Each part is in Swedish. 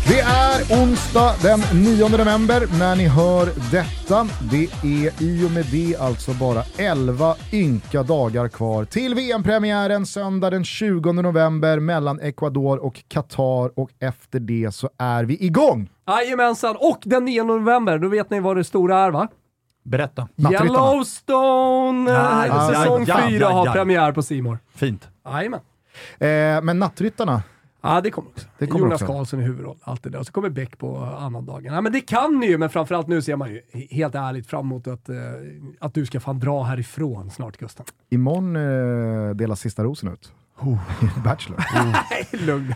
Det är onsdag den 9 november när ni hör detta. Det är i och med det alltså bara 11 ynka dagar kvar till VM-premiären söndag den 20 november mellan Ecuador och Qatar, och efter det så är vi igång. Jajamensan, och den 9 november, då vet ni vad det stora är, va? Berätta. Yellowstone, säsong 4 har premiär på C More. Fint. Jajamän. Men Nattryttarna? Ja, det kommer också. Det kommer Jonas också. Karlsson i huvudroll, allt det där. Och så kommer Beck på annan dagen. Ja, men det kan ni ju, men framförallt nu ser man ju helt ärligt fram emot att du ska fan dra härifrån snart, Gusten. Imorgon delas sista rosen ut. Bachelor. Nej, lugn.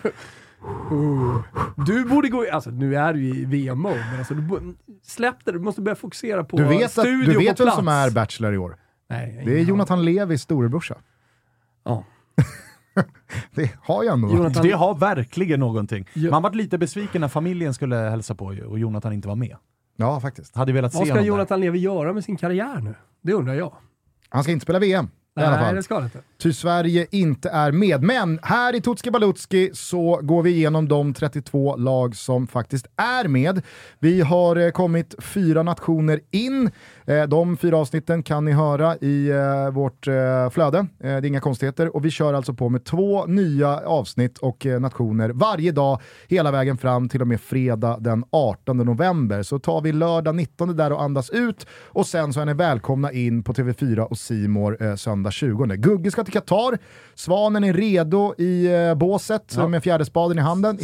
Du borde gå, alltså nu är du i VM-mode, men alltså, släpp det, du måste börja fokusera på studio. Du vet på vem plats. som är Bachelor i år? Nej, Det är Jonathan Levis storebrorsa. Ja. Det har jag ändå. Jonathan... Det har verkligen någonting. Ja. Man var lite besviken när familjen skulle hälsa på och Jonathan inte var med. Ja, faktiskt. Hade velat se Vad ska honom Jonathan Levi göra med sin karriär nu? Det undrar jag. Han ska inte spela VM. I alla fall. Nej, det ska det inte. Ty Sverige inte är med. Men här i Tutski Balutski så går vi igenom de 32 lag som faktiskt är med. Vi har kommit 4 nationer in. De 4 avsnitten kan ni höra i vårt flöde. Det är inga konstigheter. Och vi kör alltså på med 2 nya avsnitt och nationer varje dag hela vägen fram till och med fredag den 18 november. Så tar vi lördag 19 där och andas ut. Och sen så är ni välkomna in på TV4 och C More söndag 20. Gugge ska till Qatar. Svanen är redo i båset med fjäderspaden i handen.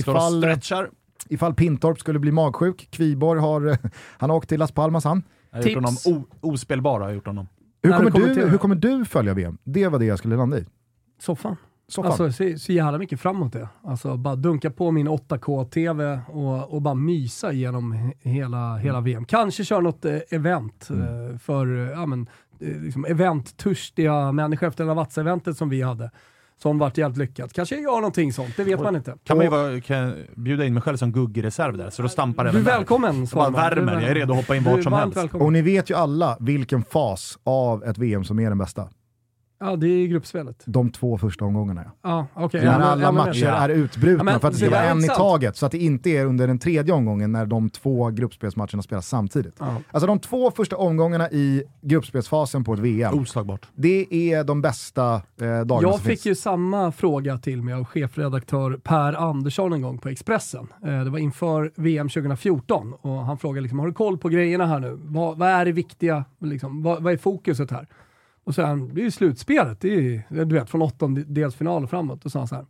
Ifall Pintorp skulle bli magsjuk. Kviborg han har åkt till Las Palmas. Jag har gjort honom ospelbar. Har jag gjort honom. Hur kommer du följa VM? Det var det jag skulle landa i. Soffan. Alltså så jävla mycket framåt det. Alltså bara dunka på min 8K-TV och bara mysa genom hela VM. Kanske köra något event för liksom eventtörstiga människor efter Lavazza-eventet som vi hade. Som vart jävligt lyckat. Kanske jag gör någonting sånt, det vet man inte. Kan jag bjuda in mig själv som Gugge-reserv där, så då stampar du även där. Välkommen. Bara värmer, jag är redo att hoppa in vart som helst. Välkommen. Och ni vet ju alla vilken fas av ett VM som är den bästa. Ja, det är gruppspelet. De 2 första omgångarna. Ja, okej. När alla matcher är utbrutna för att det ska vara en i taget. Så att det inte är under den 3:e omgången när de 2 gruppspelsmatcherna spelas samtidigt. Ja. Alltså de 2 första omgångarna i gruppspelsfasen på ett VM. Oslagbart. Det är de bästa dagarna Jag som fick finns. ju samma fråga till mig av chefredaktör Per Andersson en gång på Expressen. Det var inför VM 2014 och han frågade liksom, har du koll på grejerna här nu? Vad är det viktiga? Liksom, vad är fokuset här? Och så han, det är ju slutspelet, det är, du vet, från 8-delsfinal och framåt. Och så han så här,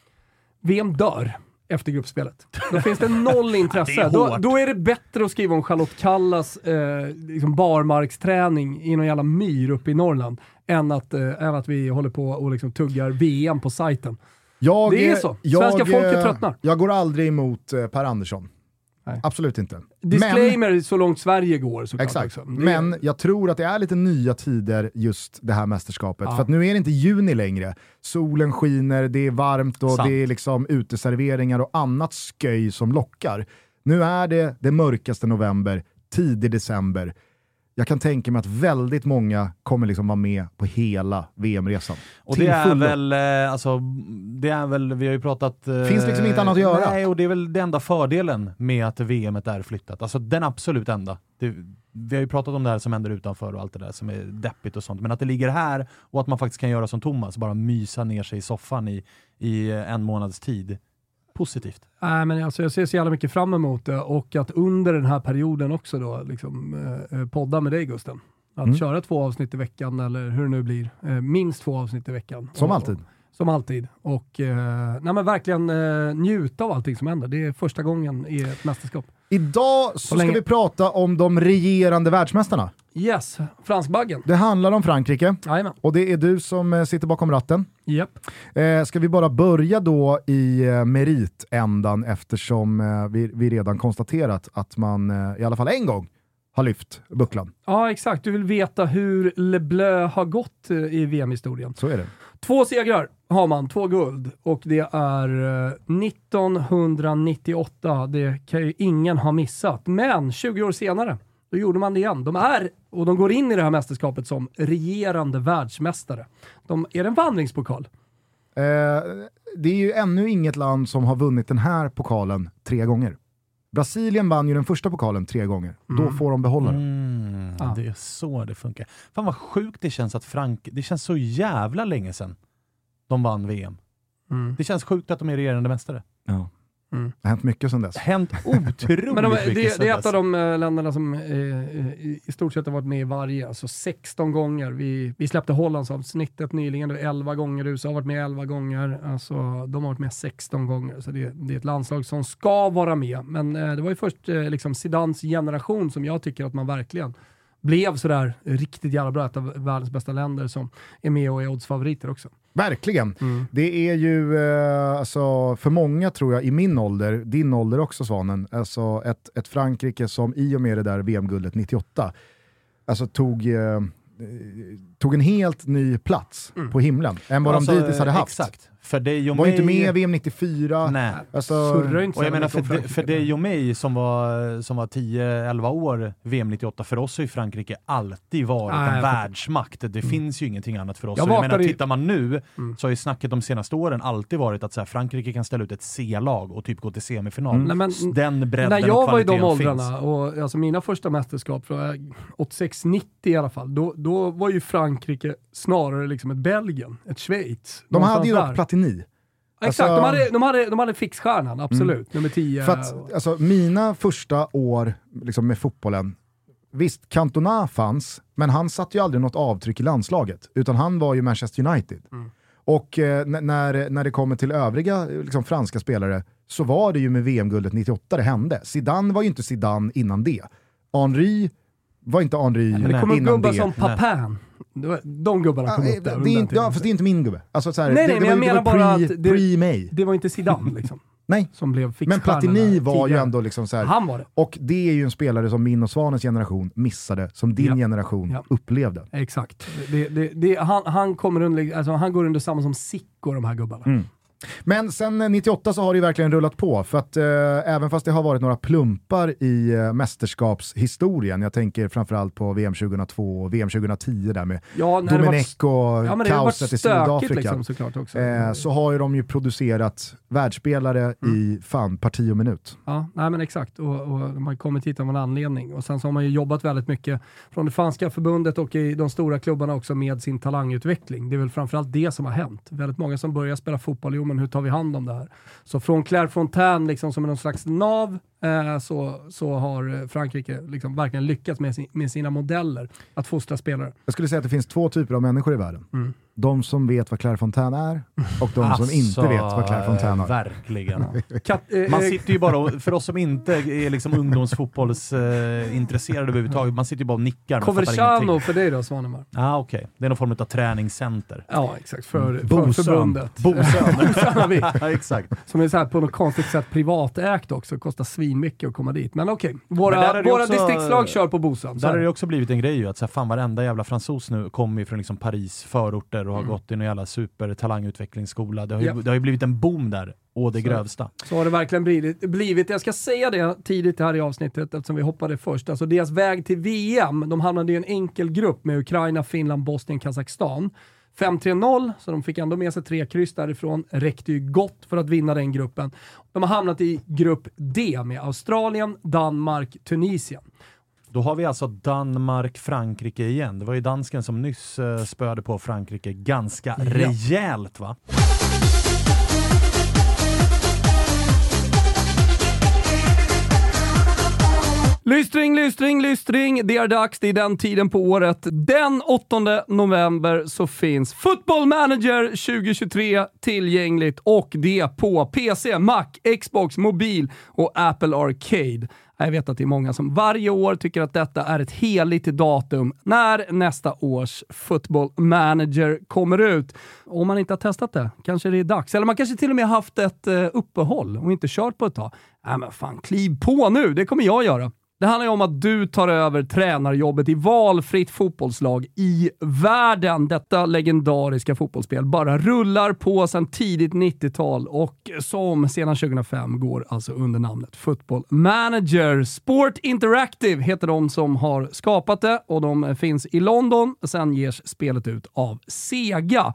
VM dör efter gruppspelet. Då finns det noll intresse. Då är det bättre att skriva om Charlotte Kallas liksom barmarksträning i någon jävla myr uppe i Norrland än att vi håller på och liksom tuggar VM på sajten. Det är så. Svenska folket tröttnar. Jag går aldrig emot Per Andersson. Nej. Absolut inte. Disclaimer så långt Sverige går. Exakt. Också. Men jag tror att det är lite nya tider just det här mästerskapet. Ja. För att nu är det inte juni längre. Solen skiner, det är varmt och det är liksom uteserveringar och annat sköj som lockar. Nu är det mörkaste november, tidig december. Jag kan tänka mig att väldigt många kommer liksom vara med på hela VM-resan. Och det är väl, vi har ju pratat... Finns liksom inte annat att göra. Nej, och det är väl den enda fördelen med att VMet är flyttat. Alltså den absolut enda. Vi har ju pratat om det här som händer utanför och allt det där som är deppigt och sånt. Men att det ligger här och att man faktiskt kan göra som Thomas, bara mysa ner sig i soffan i en månads tid. Positivt. Nej, men alltså jag ser så jävla mycket fram emot det, och att under den här perioden också då liksom podda med dig, Gusten. Att köra 2 avsnitt i veckan, eller hur det nu blir. Minst 2 avsnitt i veckan. Som alltid. Som alltid. Och men verkligen njuta av allting som händer. Det är första gången i ett mästerskap. Idag så ska vi prata om de regerande världsmästarna. Yes, franskbaggen. Det handlar om Frankrike. Jajamän. Och det är du som sitter bakom ratten. Japp. Ska vi bara börja då i meritändan, eftersom vi redan konstaterat att man i alla fall en gång har lyft bucklan. Ja, exakt. Du vill veta hur Le Bleu har gått i VM-historien. Så är det. 2 segrar har man, 2 guld. Och det är 1998. Det kan ju ingen ha missat. Men 20 år senare, då gjorde man det igen. De går in i det här mästerskapet som regerande världsmästare. Är det en vandringspokal? Det är ju ännu inget land som har vunnit den här pokalen 3 gånger. Brasilien vann ju den första pokalen 3 gånger. Då får de behålla den. Det är så det funkar. Fan vad sjukt det känns att det känns så jävla länge sedan de vann VM. Det känns sjukt att de är regerande mästare. Ja. Det har hänt mycket sedan dess. Hänt otroligt Men mycket. det är ett av de länderna som i stort sett har varit med i varje, alltså 16 gånger. Vi släppte Hollandsavsnittet nyligen, 11 gånger. USA har varit med 11 gånger. Alltså, de har varit med 16 gånger. Så det är ett landslag som ska vara med. Men det var ju först liksom Zidans generation som jag tycker att man verkligen blev sådär riktigt jävla bra. Ett av världens bästa länder som är med och är oddsfavoriter också. Verkligen. Det är ju alltså, för många tror jag i min ålder, din ålder också Svanen, alltså ett Frankrike som i och med det där VM-guldet 98 alltså tog en helt ny plats på himlen än vad de dittills hade haft. Exakt. För dig och var mig, inte med VM 94. Nej. Alltså, och jag menar för dig och mig som var 10-11 år VM 98, för oss har ju Frankrike alltid varit en världsmakt. Det finns ju ingenting annat för oss. Jag menar, tittar man nu så har ju snacket de senaste åren alltid varit att så här, Frankrike kan ställa ut ett C-lag och typ gå till semifinal. Den bredden när jag och var i de åldrarna finns. Och alltså mina första mästerskap från 86-90 i alla fall, då var ju Frankrike snarare liksom ett Belgien, ett Schweiz. De hade ju dock Platini. Exakt, de hade fixstjärnan, absolut. Nummer 10. För att, alltså, mina första år liksom, med fotbollen, visst, Cantona fanns, men han satte ju aldrig något avtryck i landslaget, utan han var ju Manchester United. Och när det kommer till övriga liksom, franska spelare så var det ju med VM-guldet 98 det hände. Zidane var ju inte Zidane innan det. Henry var inte Henry innan det. Det kommer gubbar som Papin. De gubbarna kom upp där. Fast det är inte min gubbe. Alltså, så här, nej, men jag menar bara att det var inte Zidane liksom. Nej, som blev men Platini var ju ändå liksom så här, han var det. Och det är ju en spelare som min och Svanens generation missade, som din generation upplevde. Exakt. Han kommer under, alltså, han går under samma som Sicko, de här gubbarna. Men sen 98 så har det ju verkligen rullat på, för att även fast det har varit några plumpar i mästerskapshistorien, jag tänker framförallt på VM 2002 och VM 2010 där med Domenech och kaoset i Sydafrika, liksom, såklart också. Så har ju de ju producerat världsspelare i parti och minut. Ja, nej men exakt, och de har kommit hit av en anledning, och sen så har man ju jobbat väldigt mycket från det franska förbundet och i de stora klubbarna också med sin talangutveckling. Det är väl framförallt det som har hänt. Väldigt många som börjar spela fotboll, men hur tar vi hand om det här? Så från Clairefontaine liksom, som är någon slags nav, så har Frankrike liksom verkligen lyckats med sina modeller att fostra spelare. Jag skulle säga att det finns 2 typer av människor i världen. De som vet vad Clairefontaine är och de som inte vet vad Clairefontaine är. Verkligen. Man sitter ju bara, för oss som inte är liksom ungdomsfotbollsintresserade överhuvudtaget, man sitter ju bara och nickar. Coverciano för dig då, Svanemar? Okej. Det är någon form av träningscenter. Ja, exakt. För förbundet. Bosön. Ja, exakt. Som är så här på något konstigt sätt privatägt också. Kostar svinmycket att komma dit. Men okej. Våra distriktslag kör på Bosön. Där har det också blivit en grej ju, att så här, fan varenda jävla fransos nu kommer ju från liksom Paris förorter och har gått i en jävla supertalangutvecklingsskola. Det har ju blivit en boom där, och det grövsta. Så har det verkligen blivit. Jag ska säga det tidigt här i avsnittet, eftersom vi hoppade först. Alltså deras väg till VM, de hamnade i en enkel grupp med Ukraina, Finland, Bosnien, Kazakstan. 5-3-0, så de fick ändå med sig 3 kryss därifrån. Räckte ju gott för att vinna den gruppen. De har hamnat i grupp D med Australien, Danmark, Tunisien. Då har vi alltså Danmark-Frankrike igen. Det var ju dansken som nyss spöade på Frankrike ganska rejält, va? Lystring. Det är dags, det är den tiden på året. Den 8 november så finns Football Manager 2023 tillgängligt, och det på PC, Mac, Xbox, mobil och Apple Arcade. Jag vet att det är många som varje år tycker att detta är ett heligt datum när nästa års Football Manager kommer ut. Om man inte har testat det, kanske det är dags. Eller man kanske till och med haft ett uppehåll och inte kört på ett tag. Men fan, kliv på nu, det kommer jag göra. Det handlar ju om att du tar över tränarjobbet i valfritt fotbollslag i världen. Detta legendariska fotbollsspel bara rullar på sedan tidigt 90-tal och som sedan 2005 går alltså under namnet Football Manager. Sport Interactive heter de som har skapat det, och de finns i London. Sen ges spelet ut av Sega.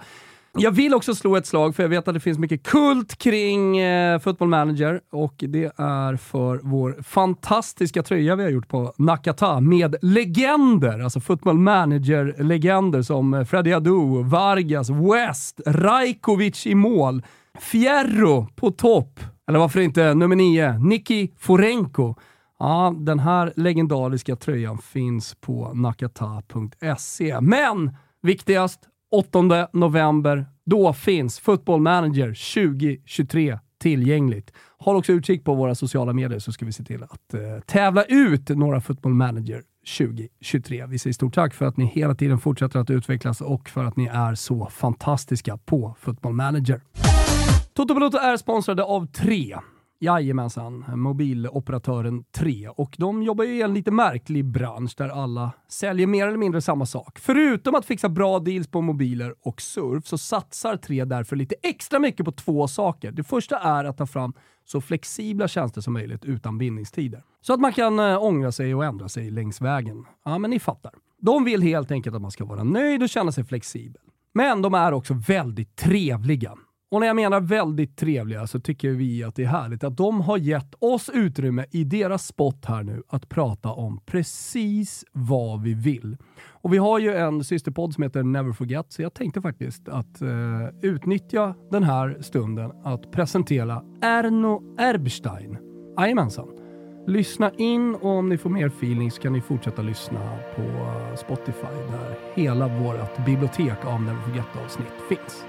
Jag vill också slå ett slag, för jag vet att det finns mycket kult kring Football Manager, och det är för vår fantastiska tröja vi har gjort på Nakata med legender, alltså Football Manager-legender som Freddie Adu, Vargas, West, Rajkovic i mål, Fierro på topp, eller varför inte nummer 9, Niki Forenko. Ja, den här legendariska tröjan finns på nakata.se. Men viktigast, 8 november, då finns Football Manager 2023 tillgängligt. Håll också utkik på våra sociala medier, så ska vi se till att tävla ut några Football Manager 2023. Vi säger stort tack för att ni hela tiden fortsätter att utvecklas och för att ni är så fantastiska på Football Manager. Toto Balotto är sponsrade av 3. Jajamensan, mobiloperatören 3. Och de jobbar ju i en lite märklig bransch där alla säljer mer eller mindre samma sak. Förutom att fixa bra deals på mobiler och surf, så satsar 3 därför lite extra mycket på 2 saker. Det första är att ta fram så flexibla tjänster som möjligt utan bindningstider. Så att man kan ångra sig och ändra sig längs vägen. Ja, men ni fattar. De vill helt enkelt att man ska vara nöjd och känna sig flexibel. Men de är också väldigt trevliga. Och när jag menar väldigt trevliga, så tycker vi att det är härligt att de har gett oss utrymme i deras spot här nu att prata om precis vad vi vill. Och vi har ju en systerpodd som heter Never Forget, så jag tänkte faktiskt att utnyttja den här stunden att presentera Erno Erbstein. Jajamensan. Lyssna in, och om ni får mer feeling så kan ni fortsätta lyssna på Spotify där hela vårt bibliotek av Never Forget-avsnitt finns.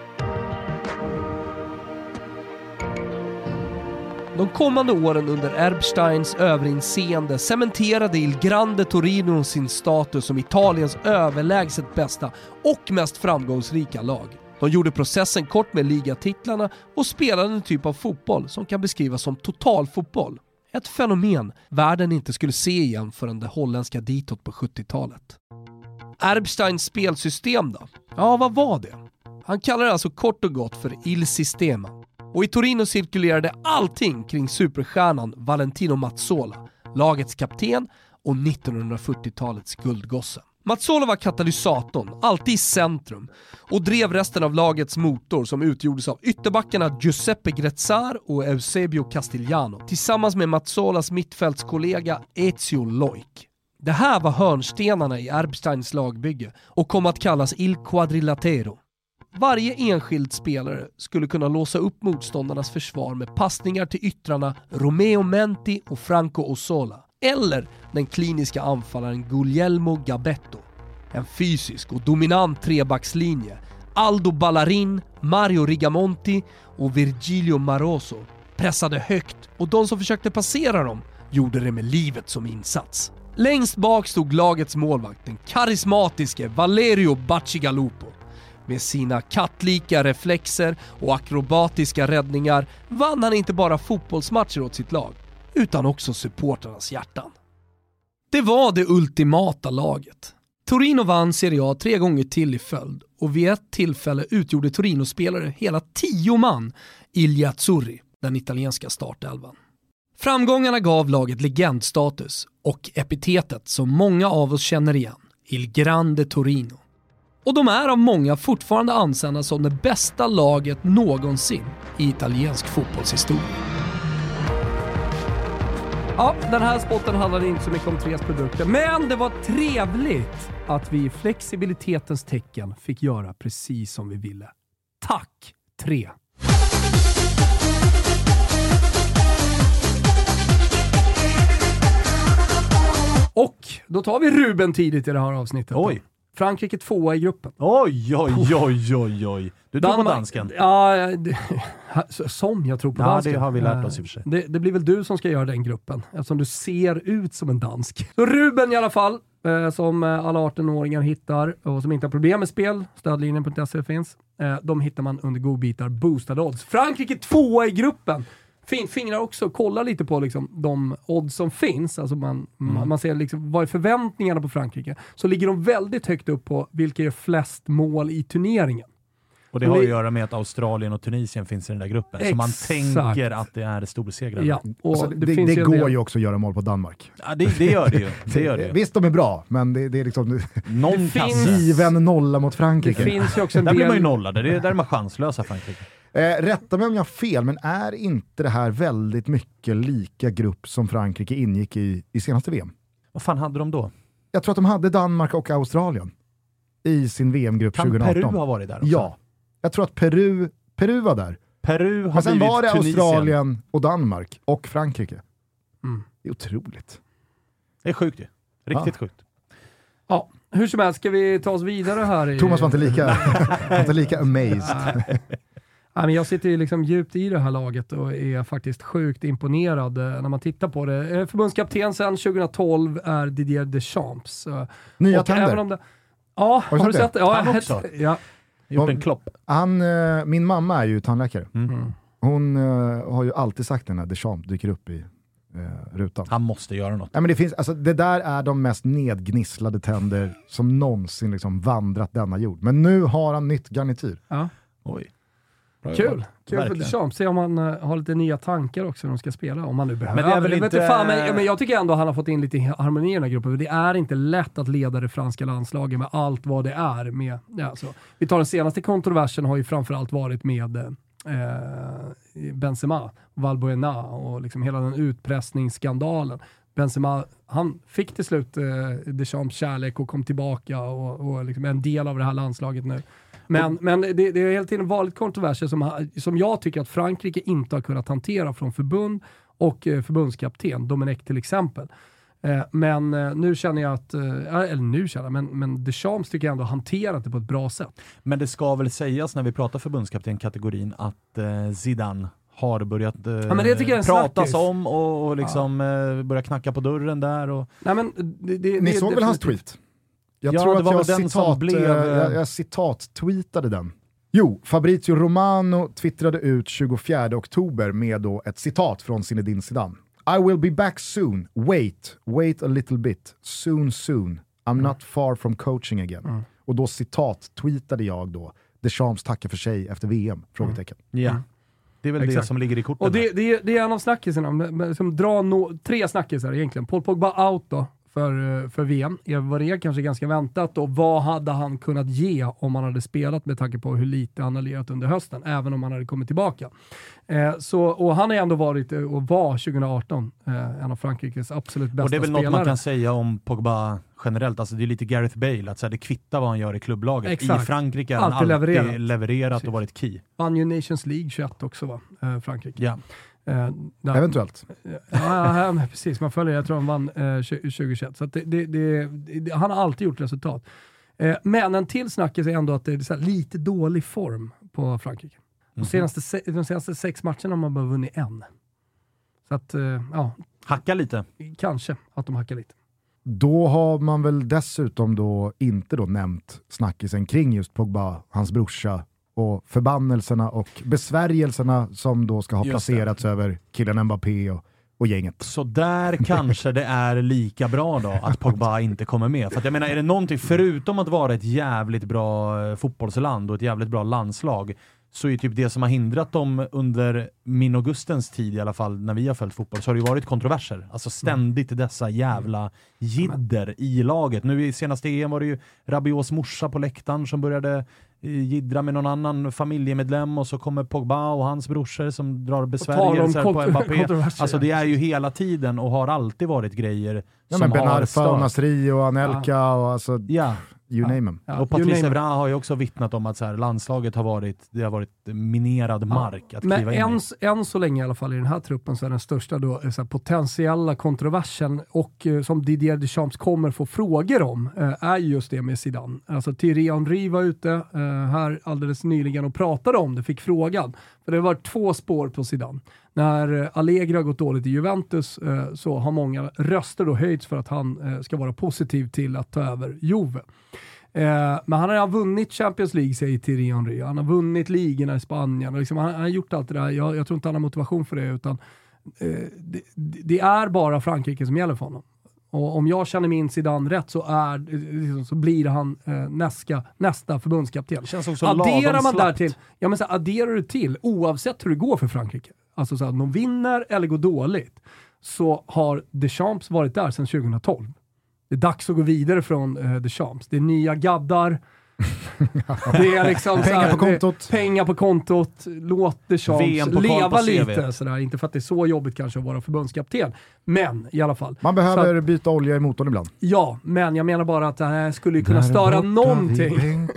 De kommande åren under Erbsteins överinseende cementerade Il Grande Torino sin status som Italiens överlägset bästa och mest framgångsrika lag. De gjorde processen kort med ligatitlarna och spelade en typ av fotboll som kan beskrivas som totalfotboll. Ett fenomen världen inte skulle se igen förrän det holländska ditåt på 70-talet. Erbsteins spelsystem då? Ja, vad var det? Han kallar det alltså kort och gott för Il Sistema. Och i Torino cirkulerade allting kring superstjärnan Valentino Mazzola, lagets kapten och 1940-talets guldgosse. Mazzola var katalysatorn, alltid i centrum, och drev resten av lagets motor som utgjordes av ytterbackarna Giuseppe Grezzar och Eusebio Castigliano tillsammans med Mazzolas mittfältskollega Ezio Loic. Det här var hörnstenarna i Erbsteins lagbygge och kom att kallas Il Quadrilatero. Varje enskild spelare skulle kunna låsa upp motståndarnas försvar med passningar till yttrarna Romeo Menti och Franco Ossola, eller den kliniska anfallaren Guglielmo Gabetto. En fysisk och dominant trebackslinje, Aldo Ballarin, Mario Rigamonti och Virgilio Maroso pressade högt, och de som försökte passera dem gjorde det med livet som insats. Längst bak stod lagets målvakt, den karismatiske Valerio Bacigalupo. Med sina kattlika reflexer och akrobatiska räddningar vann han inte bara fotbollsmatcher åt sitt lag, utan också supporternas hjärtan. Det var det ultimata laget. Torino vann Serie A 3 gånger till i följd, och vid ett tillfälle utgjorde Torino-spelare hela 10 man i Gli Azzurri, den italienska startelvan. Framgångarna gav laget legendstatus och epitetet som många av oss känner igen, Il Grande Torino. Och de är av många fortfarande ansedda som det bästa laget någonsin i italiensk fotbollshistoria. Ja, den här spotten handlade inte så mycket om 3s produkter, men det var trevligt att vi i flexibilitetens tecken fick göra precis som vi ville. Tack, 3! Och då tar vi Ruben tidigt i det här avsnittet. Oj! Frankrike 2 i gruppen. Oj. Du tror på dansken? Ja, som jag tror på dansken. Ja, det har vi lärt oss i och för sig. Det blir väl du som ska göra den gruppen, eftersom du ser ut som en dansk. Så Ruben i alla fall, som alla 18-åringar hittar och som inte har problem med spel, stödlinjen.se finns. De hittar man under godbitar boostade odds. Frankrike 2 i gruppen. Fingrar också, kolla lite på liksom de odds som finns, alltså man ser liksom, vad är förväntningarna på Frankrike, så ligger de väldigt högt upp på vilka är flest mål i turneringen. Och det har att göra med att Australien och Tunisien finns i den där gruppen. Så man tänker att det är storsegrar. Ja, och alltså, det går ju också att göra mål på Danmark. Ja, det gör det ju. Det gör det ju. Visst, de är bra, men det är liksom någon given nolla mot Frankrike. Det finns ju också en där del... blir man ju nollade. Där är man chanslösa, Frankrike. Rätta mig om jag har fel, men är inte det här väldigt mycket lika grupp som Frankrike ingick i senaste VM? Vad fan hade de då? Jag tror att de hade Danmark och Australien i sin VM-grupp 2018. Kan Peru ha varit där också? Ja, jag tror att Peru var där. Peru har men sen blivit var det Tunisien. Australien och Danmark och Frankrike. Det är otroligt. Det är sjukt ju. Riktigt sjukt. Ja, hur som helst ska vi ta oss vidare här. Thomas var inte lika amazed. Ja, men jag sitter ju liksom djupt i det här laget och är faktiskt sjukt imponerad när man tittar på det. Förbundskapten sedan 2012 är Didier Deschamps. Nya tänder. Har du sett det? Ja, han också. Ja. Gjort en klopp. Min mamma är ju tandläkare. Hon har ju alltid sagt när Deschamps dyker upp i rutan. Han måste göra något. Ja, men det där är de mest nedgnisslade tänder som någonsin liksom vandrat denna jord. Men nu har han nytt garnityr. Ja. Oj. Kul för Deschamps. Se om han har lite nya tankar också när de ska spela, om han nu behöver. Men det är väl inte... men jag tycker ändå att han har fått in lite harmoni i den här gruppen. Det är inte lätt att leda det franska landslaget med allt vad det är. Vi tar den senaste kontroversen har ju framförallt varit med Benzema, Valbuena och liksom hela den utpressningsskandalen. Benzema, han fick till slut Deschamps kärlek och kom tillbaka och liksom en del av det här landslaget nu. Men det är hela tiden vanligt kontroverser som jag tycker att Frankrike inte har kunnat hantera från förbund och förbundskapten, Domenech till exempel. Men nu känner jag att, men Deschamps tycker jag ändå hanterat det på ett bra sätt. Men det ska väl sägas när vi pratar förbundskapten-kategorin att Zidane har börjat pratas om och liksom börja knacka på dörren där. Och... Nej, men Ni såg väl hans tweet? Jag tror att jag citat-tweetade den. Jo, Fabrizio Romano twittrade ut 24 oktober med då ett citat från Zinedine Zidane. I will be back soon. Wait a little bit. Soon. I'm not far from coaching again. Och då citat-tweetade jag då Deschamps tackar för sig efter VM? Frågetecken. Ja. Det är väl det som ligger i korten. Och det är en av snackisarna som drar 3 snackisar egentligen. Paul Pogba out då för VM. Var det kanske ganska väntat och vad hade han kunnat ge om han hade spelat med tanke på hur lite han har lirat under hösten, även om han hade kommit tillbaka. Och han har ändå varit och var 2018 en av Frankrikes absolut bästa spelare. Och det är väl något man kan säga om Pogba generellt. Alltså det är lite Gareth Bale, att det kvittar vad han gör i klubblaget. Exakt. I Frankrike har han alltid levererat och varit key. Vann ju Nations League 21 också va? Frankrike. Ja. Eventuellt. Ja, precis. Man följer, jag tror han vann 2021. Så att han har alltid gjort resultat. Men en till snackis är ändå att det är så här lite dålig form på Frankrike. De senaste 6 matcherna har man bara vunnit 1. Så att, hacka lite. Kanske att de hackar lite. Då har man väl dessutom då inte då nämnt snackisen kring just Pogba, hans brorsa och förbannelserna och besvärjelserna som då ska ha placerats över killen Mbappé och gänget. Så där kanske det är lika bra då att Pogba inte kommer med. För att jag menar, är det någonting, förutom att vara ett jävligt bra fotbollsland och ett jävligt bra landslag, så är typ det som har hindrat dem under min och Gustens tid i alla fall, när vi har följt fotboll, så har det ju varit kontroverser. Alltså ständigt dessa jävla jidder i laget. Nu i senaste EM var det ju Rabiots morsa på läktaren som började jiddra med någon annan familjemedlem, och så kommer Pogba och hans brorsor som drar besvärjelser på Mbappé. Alltså det är ju hela tiden och har alltid varit grejer som men Ben har Arfa och Nasri och Anelka och alltså... Ja. You name them. Ja, och Patrice Evra har ju också vittnat om att så här, landslaget har varit minerad mark att kliva in i. Än så länge i alla fall i den här truppen så är den största då, så här, potentiella kontroversen och som Didier Deschamps kommer få frågor om är just det med Zidane. Alltså Thierry Henry var ute här alldeles nyligen och pratade om det, fick frågan. För det var 2 spår på Zidane. När Allegri har gått dåligt i Juventus så har många röster då höjts för att han ska vara positiv till att ta över Juve. Men han har vunnit Champions League, säger Thierry Henry. Han har vunnit ligorna i Spanien. Och liksom, han har gjort allt det där. Jag tror inte han har motivation för det, utan det är bara Frankrike som gäller för honom. Och om jag känner min Zidane rätt så blir han nästa förbundskapten. Det känns också adderar man slappt. därtill, men så adderar du till, oavsett hur det går för Frankrike, alltså så att de vinner eller går dåligt, så har Deschamps varit där sedan 2012. Det är dags att gå vidare från Deschamps. Det är nya gaddar. Det är liksom pengar på kontot. Låt Deschamps leva lite sådär. Inte för att det är så jobbigt kanske att vara förbundskapten, men i alla fall. Man behöver byta olja i motorn ibland. Ja, men jag menar bara att det här skulle kunna störa någonting.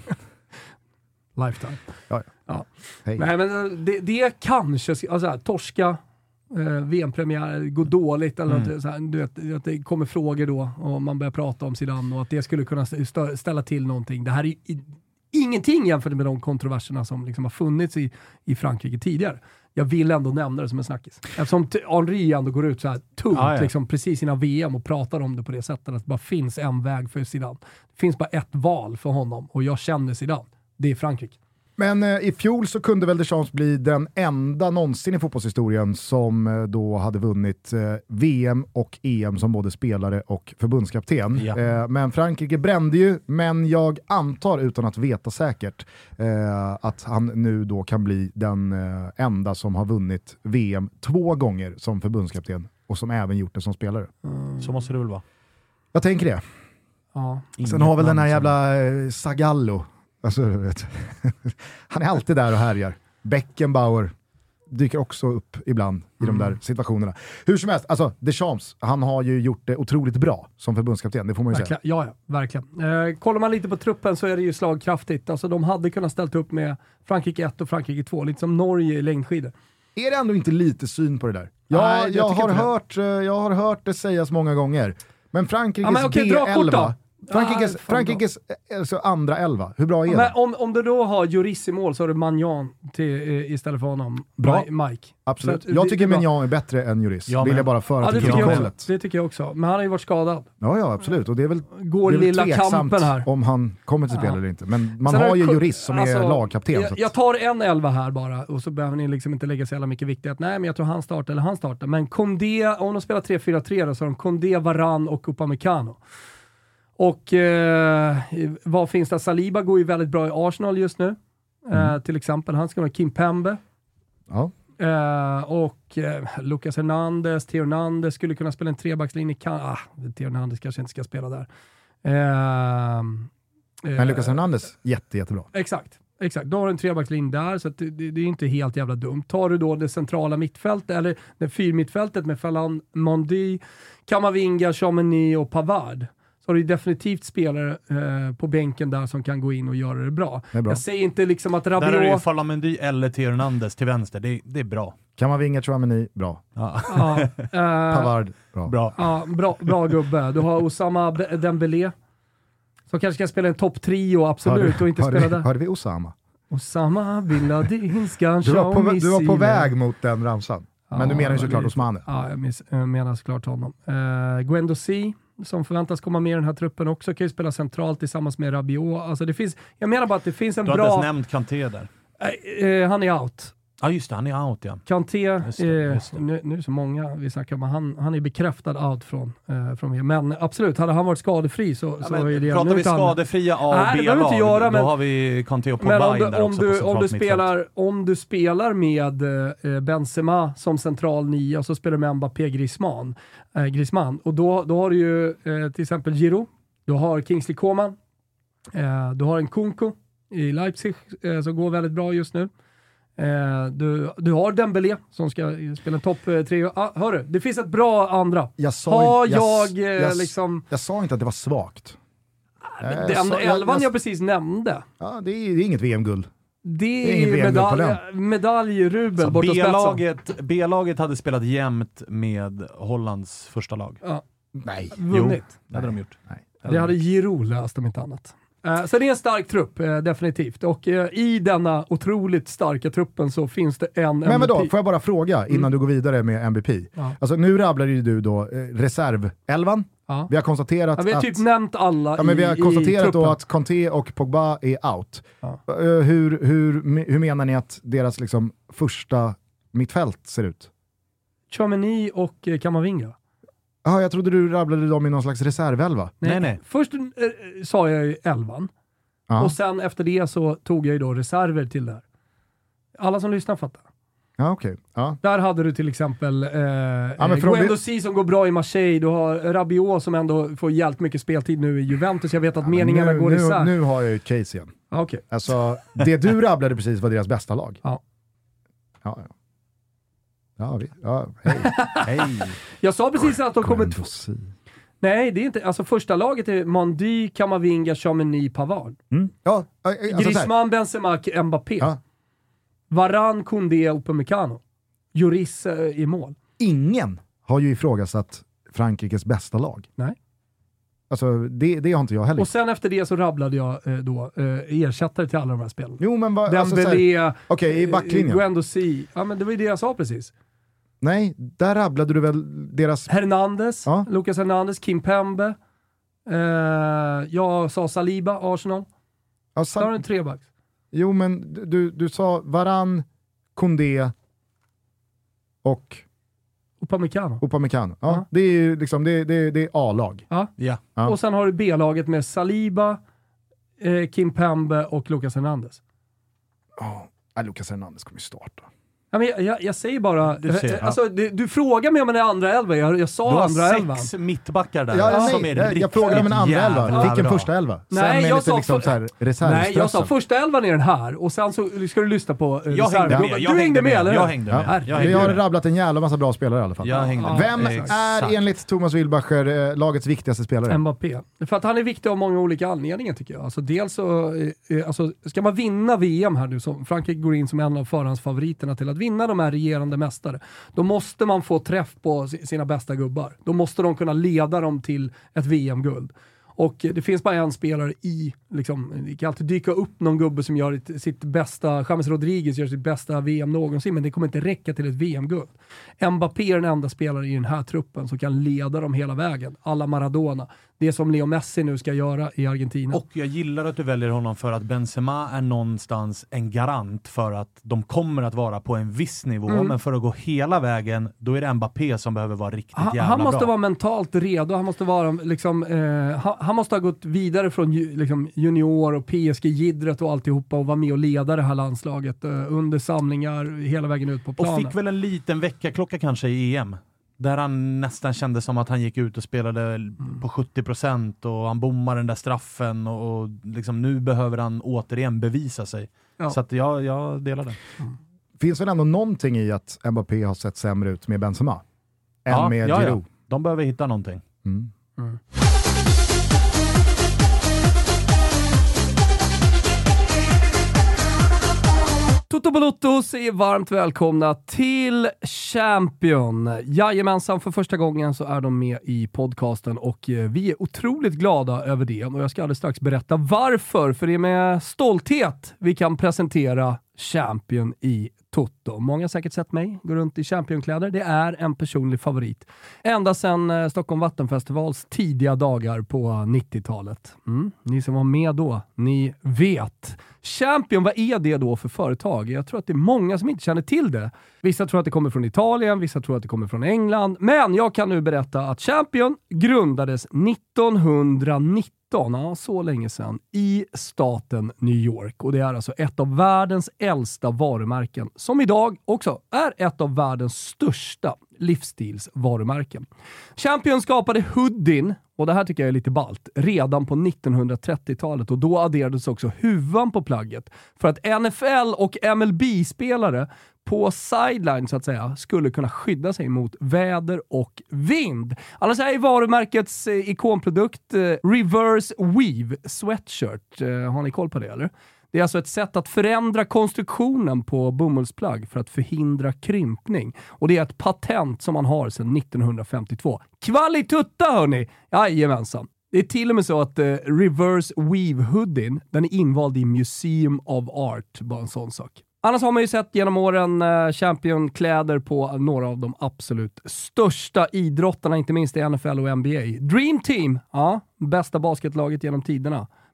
Lifetime. Ja. Hej. Nej, men det kanske, alltså torska VM-premiär, går dåligt eller något, så här, du vet, att det kommer frågor då och man börjar prata om Zidane och att det skulle kunna ställa till någonting. Det här är ingenting jämfört med de kontroverserna som liksom har funnits i Frankrike tidigare. Jag vill ändå nämna det som en snackis. Eftersom Henry ändå går ut så här tungt liksom, precis innan VM och pratar om det på det sättet att det bara finns en väg för Zidane. Det finns bara ett val för honom och jag känner Zidane. Det är Frankrike. Men i fjol så kunde väl Deschamps bli den enda någonsin i fotbollshistorien som då hade vunnit VM och EM som både spelare och förbundskapten. Ja. Men Frankrike brände ju, men jag antar utan att veta säkert att han nu då kan bli den enda som har vunnit VM 2 gånger som förbundskapten och som även gjort det som spelare. Så måste det väl vara. Jag tänker det. Ja. Sen har väl den här jävla Zagallo. Alltså, vet. Han är alltid där och härjar. Beckenbauer dyker också upp ibland i de där situationerna. Hur som helst, alltså Deschamps, han har ju gjort det otroligt bra som förbundskapten, det får man ju säga. Ja, verkligen. Kollar man lite på truppen så är det ju slagkraftigt. Alltså de hade kunnat ställt upp med Frankrike 1 och Frankrike 2, lite som Norge i längdskidor. Är det ändå inte lite syn på det där? Nej, jag har hört det sägas många gånger. Men Frankrikes D11... Frankrikes alltså andra 11, hur bra är det? Men om du då har Lloris i mål så har du Magnan istället för honom. Bra. Mike. Absolut. Jag tycker Magnan är bättre än Lloris. Vill jag bara föra till protokollet. Det tycker jag också. Men han har ju varit skadad. Ja, absolut. Och det är väl, går det är lilla kampen här om han kommer till spel eller inte. Men man har ju Lloris som är lagkapten. Jag tar en 11 här bara och så behöver ni liksom inte lägga så jävla mycket vikt i att nej, men jag tror han startar. Men Condé, om de spelar 3-4-3 då, så har de Condé, Varane och Upamecano. Och vad finns det? Saliba går ju väldigt bra i Arsenal just nu. Till exempel. Han ska vara Kimpembe. Ja. Och Lucas Hernandez, Theo Hernandez skulle kunna spela en trebackslinje. Theo Hernandez kanske inte ska spela där. Men Lucas Hernandez, jättebra. Exakt. Då har du en trebackslinje där, så att det är inte helt jävla dumt. Tar du då det centrala mittfältet, eller det fyrmittfältet med Falan, Mondi, Camavinga, Tchouaméni och Pavard, så har du definitivt spelare på bänken där som kan gå in och göra det bra. Jag säger inte liksom att Rabiot... Där är det Falamendi eller Theo Hernandez till vänster. Det är bra. Camavinga, Tchouaméni, bra. Pavard, bra. Ja, bra gubbe. Du har Osama Dembélé som kanske ska spela en topp-trio, absolut, och inte spela där. Hörde vi Osama? Osama Bin Laden ska du var på väg mot den ramsan. Men du menar ju såklart Osmane. Ja, jag menar såklart honom. Guendouzi, som förväntas komma med i den här truppen också, kan ju spela centralt tillsammans med Rabiot. Alltså jag menar bara att det finns en bra... Du har inte ens nämnt Kanté där. Han är out. Ja just det, han är out igen. Kanté, nu är så många vi snackar om, han är bekräftad out från men absolut, hade han varit skadefri så är det... Pratar vi skadefria A och B-lag, då har vi Kanté och Pogba in där också. Om du spelar med Benzema som central 9 och så spelar du med Mbappé Griezmann och då har du ju till exempel Giroud, du har Kingsley Coman, du har en Kunku i Leipzig som går väldigt bra just nu. Du har Dembélé som ska spela en topp 3. Hörru, det finns ett bra andra. Jag sa inte att det var svagt. Den 11 jag precis nämnde. Ja, det är inget VM-guld. Det är medaljrubel bort B-laget hade spelat jämnt med Hollands första lag. Ja. Nej. Vunnit. Det hade de gjort. Nej. Det hade Giroud löst om inte annat. Så det är en stark trupp, definitivt. Och i denna otroligt starka truppen så finns det en MVP. Men vadå, får jag bara fråga innan du går vidare med MVP? Ja. Alltså nu rabblar ju du då reserv-11. Ja. Vi har konstaterat vi har typ nämnt alla men vi har konstaterat då att Kanté och Pogba är out. Ja. Hur menar ni att deras liksom första mittfält ser ut? Tchouaméni och Camavinga. Ja, jag trodde du rabblade dem i någon slags reservelva. Nej. Först sa jag ju 11. Ja. Och sen efter det så tog jag ju då reserver till det här. Alla som lyssnar fattar. Ja, okej. Ja. Där hade du till exempel men Guendouzi som går bra i Marseille. Du har Rabiot som ändå får jävligt mycket speltid nu i Juventus. Jag vet att meningarna går isär. Nu har jag ju ett case igen. Okay. Alltså, det du rabblade precis var deras bästa lag. Ja. Hej. Hej. Jag sa precis att de kommer... Guendouzi. Nej, det är inte... Alltså första laget är Mandy, Kamavinga, Tchouaméni, Pavard. Ja, alltså Griezmann, Benzema, Mbappé. Ja. Varane, Koundé, Upamecano. Lloris i mål. Ingen har ju ifrågasatt Frankrikes bästa lag. Nej. Alltså, det har inte jag heller. Och sen efter det så rabblade jag ersättare till alla de här spelen. Jo, men Dembélé, okej, i backlinjen. Guendouzi. Ja, men det var ju det jag sa precis. Nej, där rabblade du väl deras... Hernandez, Lucas Hernandez, Kimpembe. Jag sa Saliba, Arsenal. Ja, Där har du en trebacks. Jo, men du sa Varane, Koundé och Upamecano. Ja, det är ju liksom, det är A-lag. Ja. Och sen har du B-laget med Saliba, Kimpembe och Lucas Hernandez. Lucas Hernandez kommer ju starta. Ja, men jag säger bara... Alltså, du frågar mig om en andra elva. Jag sa andra elvan. Du har 6 mittbackar där. Jag frågade om en andra elva. Vilken första elva? Nej, sen jag sa liksom nej, jag sa första elvan är den här. Och sen så ska du lyssna på reserven. Du hängde med, eller? Jag hängde med. Vi har rabblat en jävla massa bra spelare i alla fall. Vem är enligt Thomas Wilbacher lagets viktigaste spelare? Mbappé. För att han är viktig av många olika anledningar tycker jag. Alltså, dels så... ska man vinna VM här nu, som Frankrike går in som en av förhandsfavoriterna till att vinna de här regerande mästare, då måste man få träff på sina bästa gubbar. Då måste de kunna leda dem till ett VM-guld. Och det finns bara en spelare det kan alltid dyka upp någon gubbe som gör sitt bästa, James Rodriguez gör sitt bästa VM någonsin, men det kommer inte räcka till ett VM-guld. Mbappé är den enda spelare i den här truppen som kan leda dem hela vägen. Alla Maradona. Det som Leo Messi nu ska göra i Argentina. Och jag gillar att du väljer honom för att Benzema är någonstans en garant för att de kommer att vara på en viss nivå, men för att gå hela vägen, då är det Mbappé som behöver vara riktigt jävla bra. Han måste vara mentalt redo, han måste vara han måste ha gått vidare från junior och PSG-gidret och alltihopa och vara med och leda det här landslaget under samlingar hela vägen ut på planen. Och fick väl en liten väckarklocka kanske i EM. Där han nästan kände som att han gick ut och spelade på 70% och han bommade den där straffen och liksom nu behöver han återigen bevisa sig. Ja. Så att jag delar det. Finns väl ändå någonting i att Mbappé har sett sämre ut med Benzema än med Giroud? Ja. De behöver hitta någonting. Toto Balotto säger varmt välkomna till Champion. Jajamensan, för första gången så är de med i podcasten och vi är otroligt glada över det. Och jag ska alldeles strax berätta varför, för det är med stolthet vi kan presentera Champion i Toto. Många har säkert sett mig gå runt i Championkläder. Det är en personlig favorit. Ända sedan Stockholm Vattenfestivals tidiga dagar på 90-talet. Ni som var med då, ni vet. Champion, vad är det då för företag? Jag tror att det är många som inte känner till det. Vissa tror att det kommer från Italien, vissa tror att det kommer från England. Men jag kan nu berätta att Champion grundades 1919. Så länge sedan, i staten New York. Och det är alltså ett av världens äldsta varumärken, som idag också är ett av världens största livsstilsvarumärken. Champion skapade hoodien, och det här tycker jag är lite ballt, redan på 1930-talet, och då adderades också huvan på plagget för att NFL och MLB-spelare på sideline så att säga skulle kunna skydda sig mot väder och vind. Annars är varumärkets ikonprodukt Reverse Weave Sweatshirt. Har ni koll på det eller? Det är alltså ett sätt att förändra konstruktionen på bomullsplagg för att förhindra krympning. Och det är ett patent som man har sedan 1952. Kvalitutta hörni! Jajamensan. Det är till och med så att Reverse Weave Hoodien, den är invald i Museum of Art. Bara en sån sak. Annars har man ju sett genom åren Champion-kläder på några av de absolut största idrottarna, inte minst i NFL och NBA. Dream Team, ja, bästa basketlaget genom tiderna.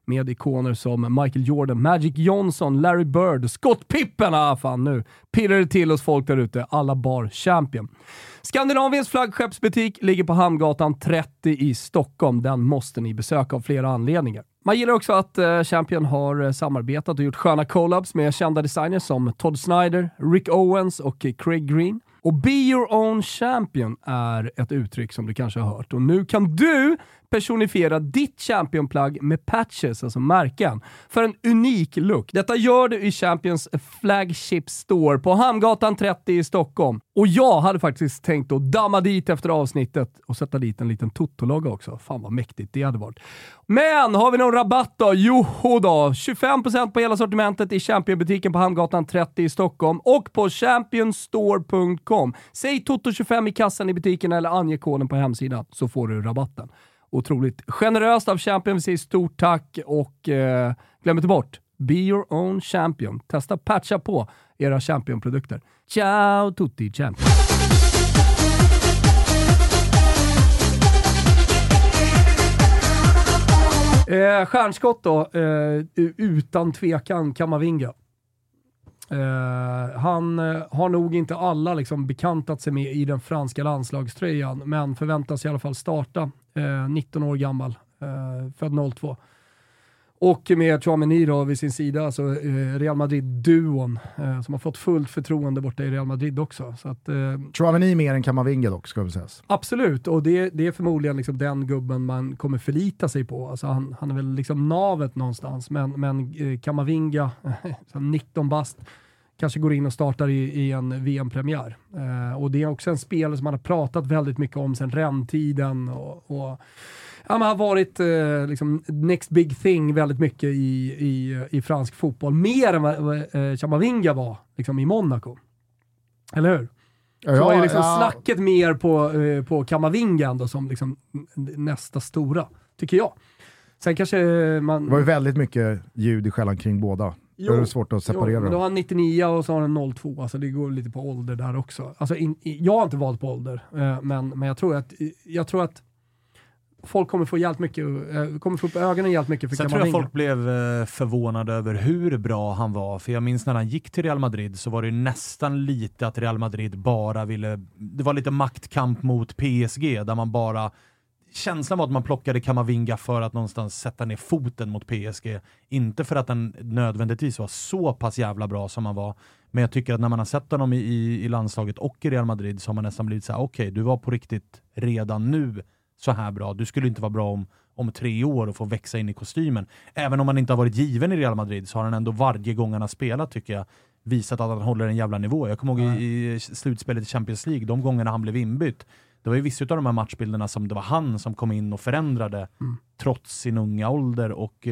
med ikoner som Michael Jordan, Magic Johnson, Larry Bird, Scott Pippen. Fan nu pirrar det till oss folk där ute. Alla bar Champion. Skandinaviens flaggskeppsbutik ligger på Hamngatan 30 i Stockholm. Den måste ni besöka av flera anledningar. Man gillar också att Champion har samarbetat och gjort sköna collabs med kända designers som Todd Snyder, Rick Owens och Craig Green. Och Be Your Own Champion är ett uttryck som du kanske har hört. Och nu kan du personifiera ditt Champion-plagg med patches, alltså märken, för en unik look. Detta gör du i Champions flagship store på Hamngatan 30 i Stockholm. Och jag hade faktiskt tänkt att damma dit efter avsnittet och sätta dit en liten Toto-logga också. Fan vad mäktigt det hade varit. Men har vi någon rabatt då? Joho då! 25% på hela sortimentet i Champion-butiken på Hamngatan 30 i Stockholm och på championstore.com. Säg Toto25 i kassan i butiken eller ange koden på hemsidan så får du rabatten. Otroligt generöst av Champion. Vi säger stort tack och glöm inte bort Be Your Own Champion. Testa patcha på era Champion-produkter. Ciao tutti Champion! Stjärnskott då, utan tvekan Kamavinga. Han har nog inte alla liksom bekantat sig med i den franska landslagströjan, men förväntas i alla fall starta. 19 år gammal, född 02. Och med Tchouaméni då vid sin sida, alltså Real Madrid-duon som har fått fullt förtroende borta i Real Madrid också. Så att, Tchouaméni mer än Kamavinga dock, ska vi säga. Absolut, och det är förmodligen liksom den gubben man kommer förlita sig på. Alltså han är väl liksom navet någonstans, men Kamavinga, 19 bast, kanske går in och startar i en VM-premiär. Och det är också en spelare som man har pratat väldigt mycket om sedan Rennes-tiden och man har varit liksom next big thing väldigt mycket i fransk fotboll. Mer än vad Kamavinga var liksom i Monaco. Eller hur? Så var ju liksom snacket mer på Kamavinga ändå som liksom nästa stora, tycker jag. Sen kanske man... Det var ju väldigt mycket ljud i skällan kring båda. Det är svårt att separera. Men då har han 99 och så har han 02. Alltså det går lite på ålder där också. Alltså jag har inte valt på ålder. Men jag tror att folk kommer få hjälp mycket, kommer få upp ögonen hjälp mycket för Kamavinga. Sen tror jag folk blev förvånade över hur bra han var. För jag minns när han gick till Real Madrid så var det nästan lite att Real Madrid bara ville... Det var lite maktkamp mot PSG där man bara... Känslan var att man plockade Kamavinga för att någonstans sätta ner foten mot PSG. Inte för att den nödvändigtvis var så pass jävla bra som han var. Men jag tycker att när man har sett honom i landslaget och i Real Madrid så har man nästan blivit så här: okej, du var på riktigt redan nu så här bra. Du skulle inte vara bra om 3 år och få växa in i kostymen. Även om han inte har varit given i Real Madrid så har han ändå varje gång han har spelat, tycker jag, visat att han håller en jävla nivå. Jag kommer ihåg i slutspelet i Champions League, de gångerna han blev inbytt. Det var ju vissa av de här matchbilderna som det var han som kom in och förändrade trots sin unga ålder och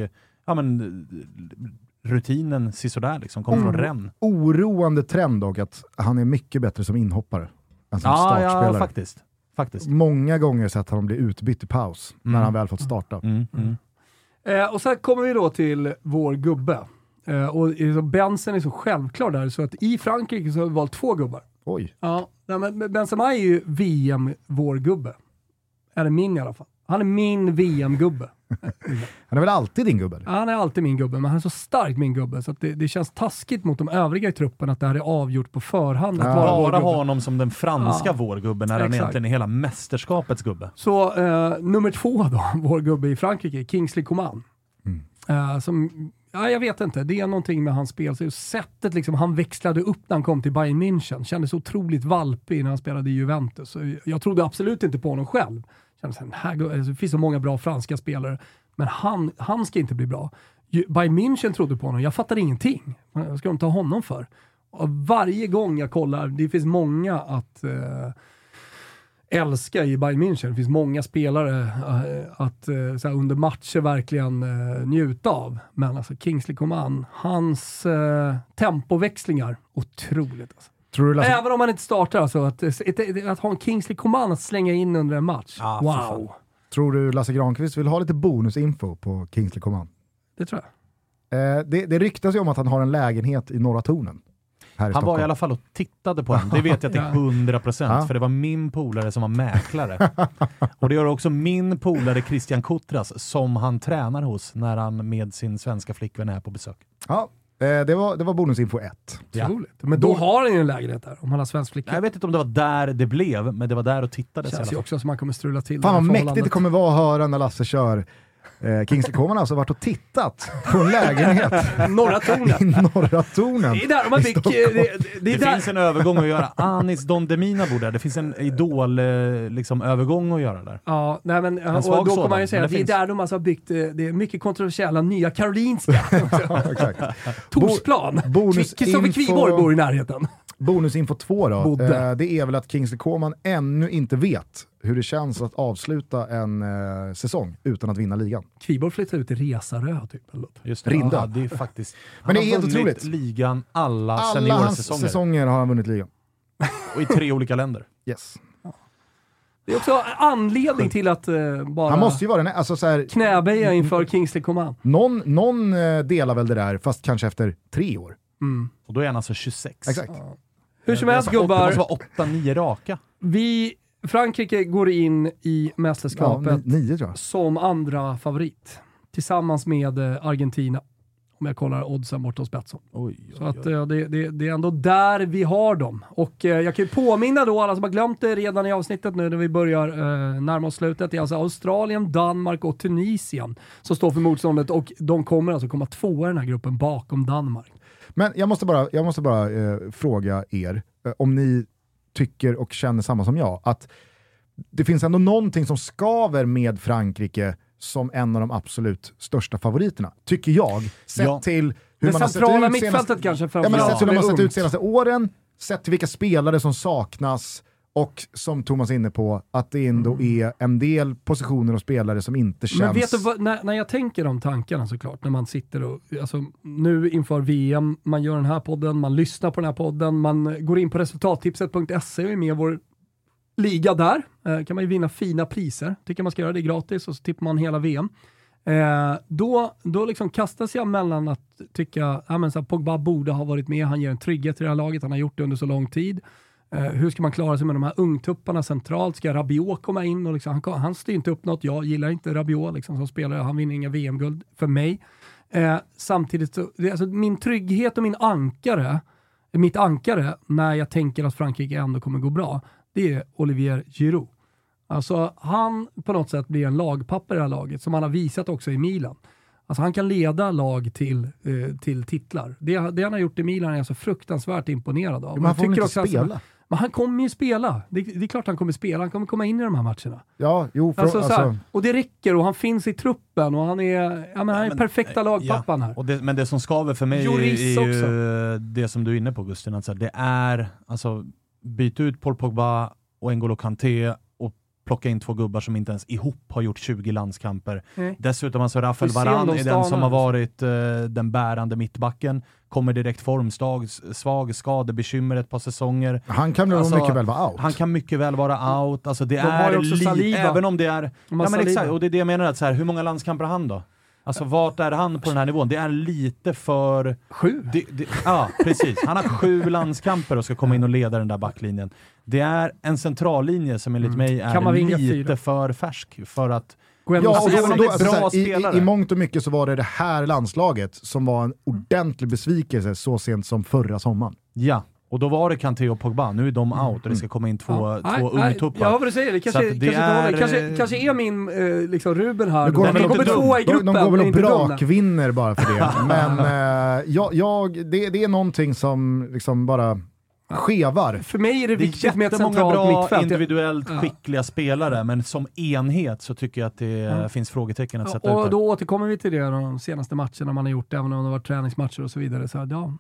rutinen sådär liksom kom från Rennes. Oroande trend dock att han är mycket bättre som inhoppare än som startspelare. Ja, faktiskt. Många gånger sett honom bli utbytt i paus när han väl fått starta. Och sen kommer vi då till vår gubbe. Och Benzen är så självklar där så att i Frankrike så har vi valt 2 gubbar. Oj. Ja, men Benzema är ju VM vår gubbe. Eller min i alla fall. Han är min VM-gubbe. Han är väl alltid din gubbe? Han är alltid min gubbe, men han är så stark min gubbe så att det känns taskigt mot de övriga i truppen att det här är avgjort på förhand. Bara ha honom som den franska vårgubben när han egentligen är hela mästerskapets gubbe. Så nummer 2 då, vår gubbe i Frankrike, Kingsley Coman. Som... Ja, jag vet inte. Det är någonting med hans spel. Så sättet liksom, han växlade upp när han kom till Bayern München. Kändes otroligt valpig när han spelade i Juventus. Så jag trodde absolut inte på honom själv. Det finns så många bra franska spelare. Men han ska inte bli bra. Bayern München trodde på honom. Jag fattar ingenting. Vad ska de ta honom för? Och varje gång jag kollar, det finns många att... älska i Bayern München. Det finns många spelare att så här, under matcher verkligen njuta av. Men alltså Kingsley Coman, hans tempoväxlingar, otroligt alltså. Även om man inte startar alltså, att ha en Kingsley Coman att slänga in under en match. Wow. Tror du Lasse Granqvist vill ha lite bonusinfo på Kingsley Coman? Det tror jag. Det ryktas ju om att han har en lägenhet i Norra Tornen. här i Han var Stockholm. i alla fall och tittade på en. Det vet jag till 100%. För det var min polare som var mäklare. Och det gör också min polare Christian Kutras som han tränar hos när han med sin svenska flickvän är på besök. Ja, det var bonusinfo 1. Ja. Men då har han ju en lägenhet där, om han har svensk flicka. Jag vet inte om det var där det blev, men det var där och tittades. Känns ju också som man kommer strula till. Fan vad mäktigt det kommer vara att höra när Lasse kör. Kingsley Coman har alltså varit och tittat på en lägenhet Norra Tornen. i Norra Tornen. Det är där de har byggt. Det finns en övergång att göra. Anis Don Demina bor där. Det finns en övergång att göra där. Ja, nej, men och svag då kommer sådan, man ju säga men att det det är finns. där de alltså har byggt det är mycket kontroversiella nya Karolinska. Ja, exakt. Torsplan. Kristoffer Kviborg bor i närheten. Bonusinfo 2 då. Bodde. Det är väl att Kingsley Coman ännu inte vet hur det känns att avsluta en säsong utan att vinna ligan. Kviborg flyttar ut i Resarö typ. Eller något. Just det. Rinda. Ja, det är faktiskt. Men det är helt har vunnit otroligt. ligan alla Alla hans seniorsäsonger. säsonger har han vunnit ligan. Och i 3 olika länder. Yes. Det är också anledning till att bara Han måste ju vara den, alltså så här, knäböja inför Kingsley Coman. någon delar väl det där, fast kanske efter 3 år. Och då är han alltså 26. Exakt. Hur som helst Det måste gubbar, vara 8-9 raka. Frankrike går in i Ja, mästerskapet 9 tror jag. som andra favorit. Tillsammans med Argentina. Om jag kollar oddsen bort hos Betsson. Så att det är ändå där vi har dem. Och jag kan ju påminna då alla som har glömt det redan i avsnittet nu när vi börjar närma oss slutet. Det är alltså Australien, Danmark och Tunisien som står för motståndet och de kommer alltså komma 2 i den här gruppen bakom Danmark. Men jag måste bara fråga er om ni tycker och känner samma som jag, att det finns ändå någonting som skaver med Frankrike som en av de absolut största favoriterna, tycker jag. Sett till hur man har sett centrala ut mittfältet kanske. sett till hur de har sett ut senaste åren, sett till vilka spelare som saknas och som Thomas är inne på, att det ändå är en del positioner och spelare som inte känns... Men vet du vad, när jag tänker de tankarna såklart, när man sitter och, alltså nu inför VM, man gör den här podden, man lyssnar på den här podden, man går in på resultattipset.se och är med i vår liga där, kan man ju vinna fina priser, tycker man ska göra det gratis och så tippar man hela VM. Då liksom kastas jag mellan att tycka att Pogba borde ha varit med, han ger en trygghet till det här laget, han har gjort det under så lång tid. Hur ska man klara sig med de här ungtupparna centralt? Ska Rabiot komma in? Och liksom, han styr inte upp något. Jag gillar inte Rabiot liksom, som spelare. Han vinner inga VM-guld för mig. Samtidigt så, alltså, min trygghet och mitt ankare när jag tänker att Frankrike ändå kommer gå bra, det är Olivier Giroud. Alltså han på något sätt blir en lagpapper i det här laget, som han har visat också i Milan. Alltså han kan leda lag till titlar. Det han har gjort i Milan är jag så fruktansvärt imponerad av. Men han får inte också spela. Men han kommer ju spela. Det är klart han kommer spela. Han kommer komma in i de här matcherna. Ja, jo. Och det räcker och han finns i truppen och han är perfekta lagpappan här. Och men det som skaver för mig är ju det som du är inne på, Gustin. Alltså, det är, alltså, byta ut Paul Pogba och N'Golo Kanté och plocka in 2 gubbar som inte ens ihop har gjort 20 landskamper. Dessutom alltså Rafael Varane är den som har varit den bärande mittbacken. Kommer direkt formsvag, skadebekymmer ett par säsonger. Han kan nog mycket väl vara out. Han kan mycket väl vara out. Alltså det är också Saliba. Även om det är... Ja, men exakt, och det är det jag menar. Att så här, hur många landskamper har han då? Alltså vart är han på den här nivån? Det är lite för... 7? Ja, precis. Han har 7 landskamper och ska komma in och leda den där backlinjen. Det är en centrallinje som enligt mig är lite för färsk för att... Ja, och även om det är bra spelare. I mångt och mycket så var det här landslaget som var en ordentlig besvikelse så sent som förra sommaren. Ja, och då var det Kanté och Pogba. Nu är de out och det ska komma in två ungtuppar. Ja, vad du säger. Det kanske är min liksom Ruben här. De kommer 2 i gruppen. De går väl och brakvinner bara för det. Men det är någonting som liksom bara skevar. För mig är det viktigt med ett centralt bra mittfält. Individuellt skickliga spelare, men som enhet så tycker jag att det finns frågetecken att sätta ut. Och då återkommer vi till det de senaste matcherna man har gjort, även om det var träningsmatcher och så vidare. Så ja,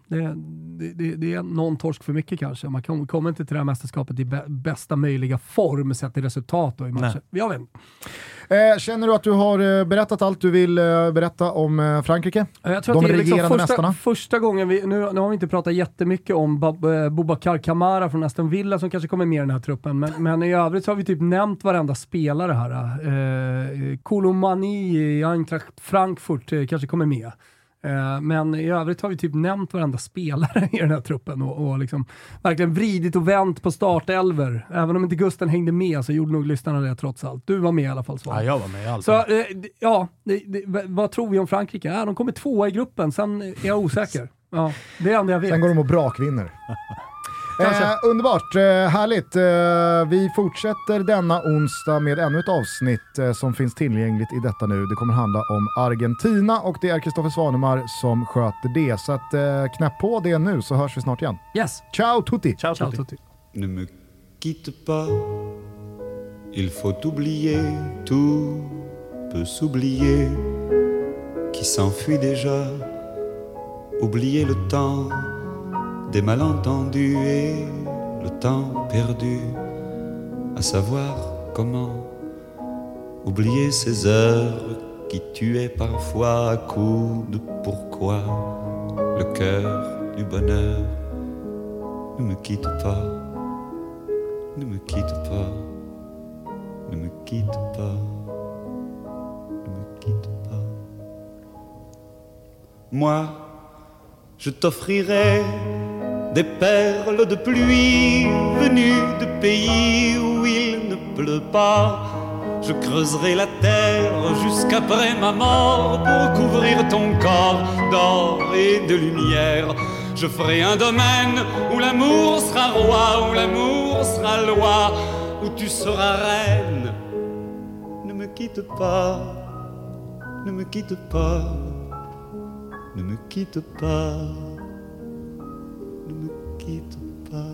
det är någon torsk för mycket kanske. Man kommer inte till det här mästerskapet i bästa möjliga form sett i resultat då i matcher. Jag vet inte. Känner du att du har berättat allt du vill berätta om Frankrike? Jag tror att det är liksom första gången nu har vi inte pratat jättemycket om Boubacar Kamara från Aston Villa som kanske kommer med i den här truppen, men i övrigt så har vi typ nämnt varenda spelare här. Koulibaly i Eintracht Frankfurt kanske kommer med. Men i övrigt har vi typ nämnt varenda spelare i den här truppen och liksom verkligen vridit och vänt på startelver. Även om inte Gusten hängde med så gjorde nog lyssnarna det trots allt. Du var med i alla fall, Svan. Ja, jag var med i allt. Så vad tror vi om Frankrike? De kommer 2 i gruppen, sen är jag osäker. Ja, det är det enda jag vet. Sen går de och brakvinner. Underbart, härligt. Vi fortsätter denna onsdag med ännu ett avsnitt som finns tillgängligt i detta nu. Det kommer handla om Argentina och det är Kristoffer Svanemar som sköter det. Så att, knäpp på det nu så hörs vi snart igen. Yes. Ciao tutti! Ciao tutti. Ne me quitte pas, il faut oublier, tout peut s'oublier, qui s'enfuit déjà, oublier le temps des malentendus et le temps perdu, à savoir comment oublier ces heures qui tuaient parfois à coups de pourquoi le cœur du bonheur. Ne me quitte pas, ne me quitte pas, ne me quitte pas, ne me quitte pas. Moi, je t'offrirai des perles de pluie venues de pays où il ne pleut pas. Je creuserai la terre jusqu'après ma mort pour couvrir ton corps d'or et de lumière. Je ferai un domaine où l'amour sera roi, où l'amour sera loi, où tu seras reine. Ne me quitte pas, ne me quitte pas, ne me quitte pas, ne me quitte pas.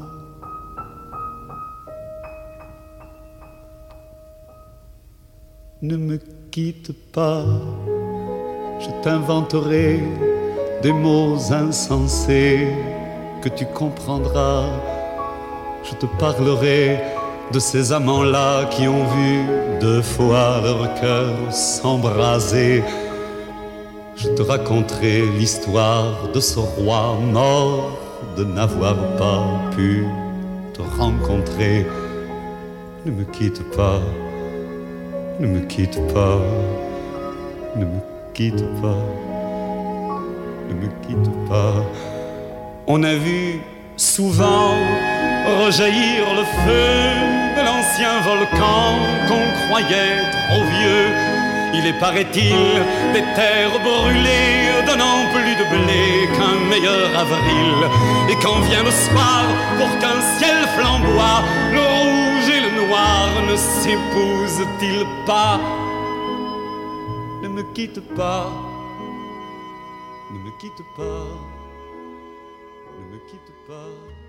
Ne me quitte pas, je t'inventerai des mots insensés que tu comprendras. Je te parlerai de ces amants-là qui ont vu 2 fois leur cœur s'embraser. Je te raconterai l'histoire de ce roi mort de n'avoir pas pu te rencontrer. Ne me quitte pas, ne me quitte pas, ne me quitte pas, ne me quitte pas. On a vu souvent rejaillir le feu de l'ancien volcan qu'on croyait trop vieux. Il est, paraît-il, des terres brûlées donnant plus de blé qu'un meilleur avril. Et quand vient le soir, pour qu'un ciel flamboie, le rouge et le noir ne s'épousent-ils pas? Ne me quitte pas, ne me quitte pas, ne me quitte pas.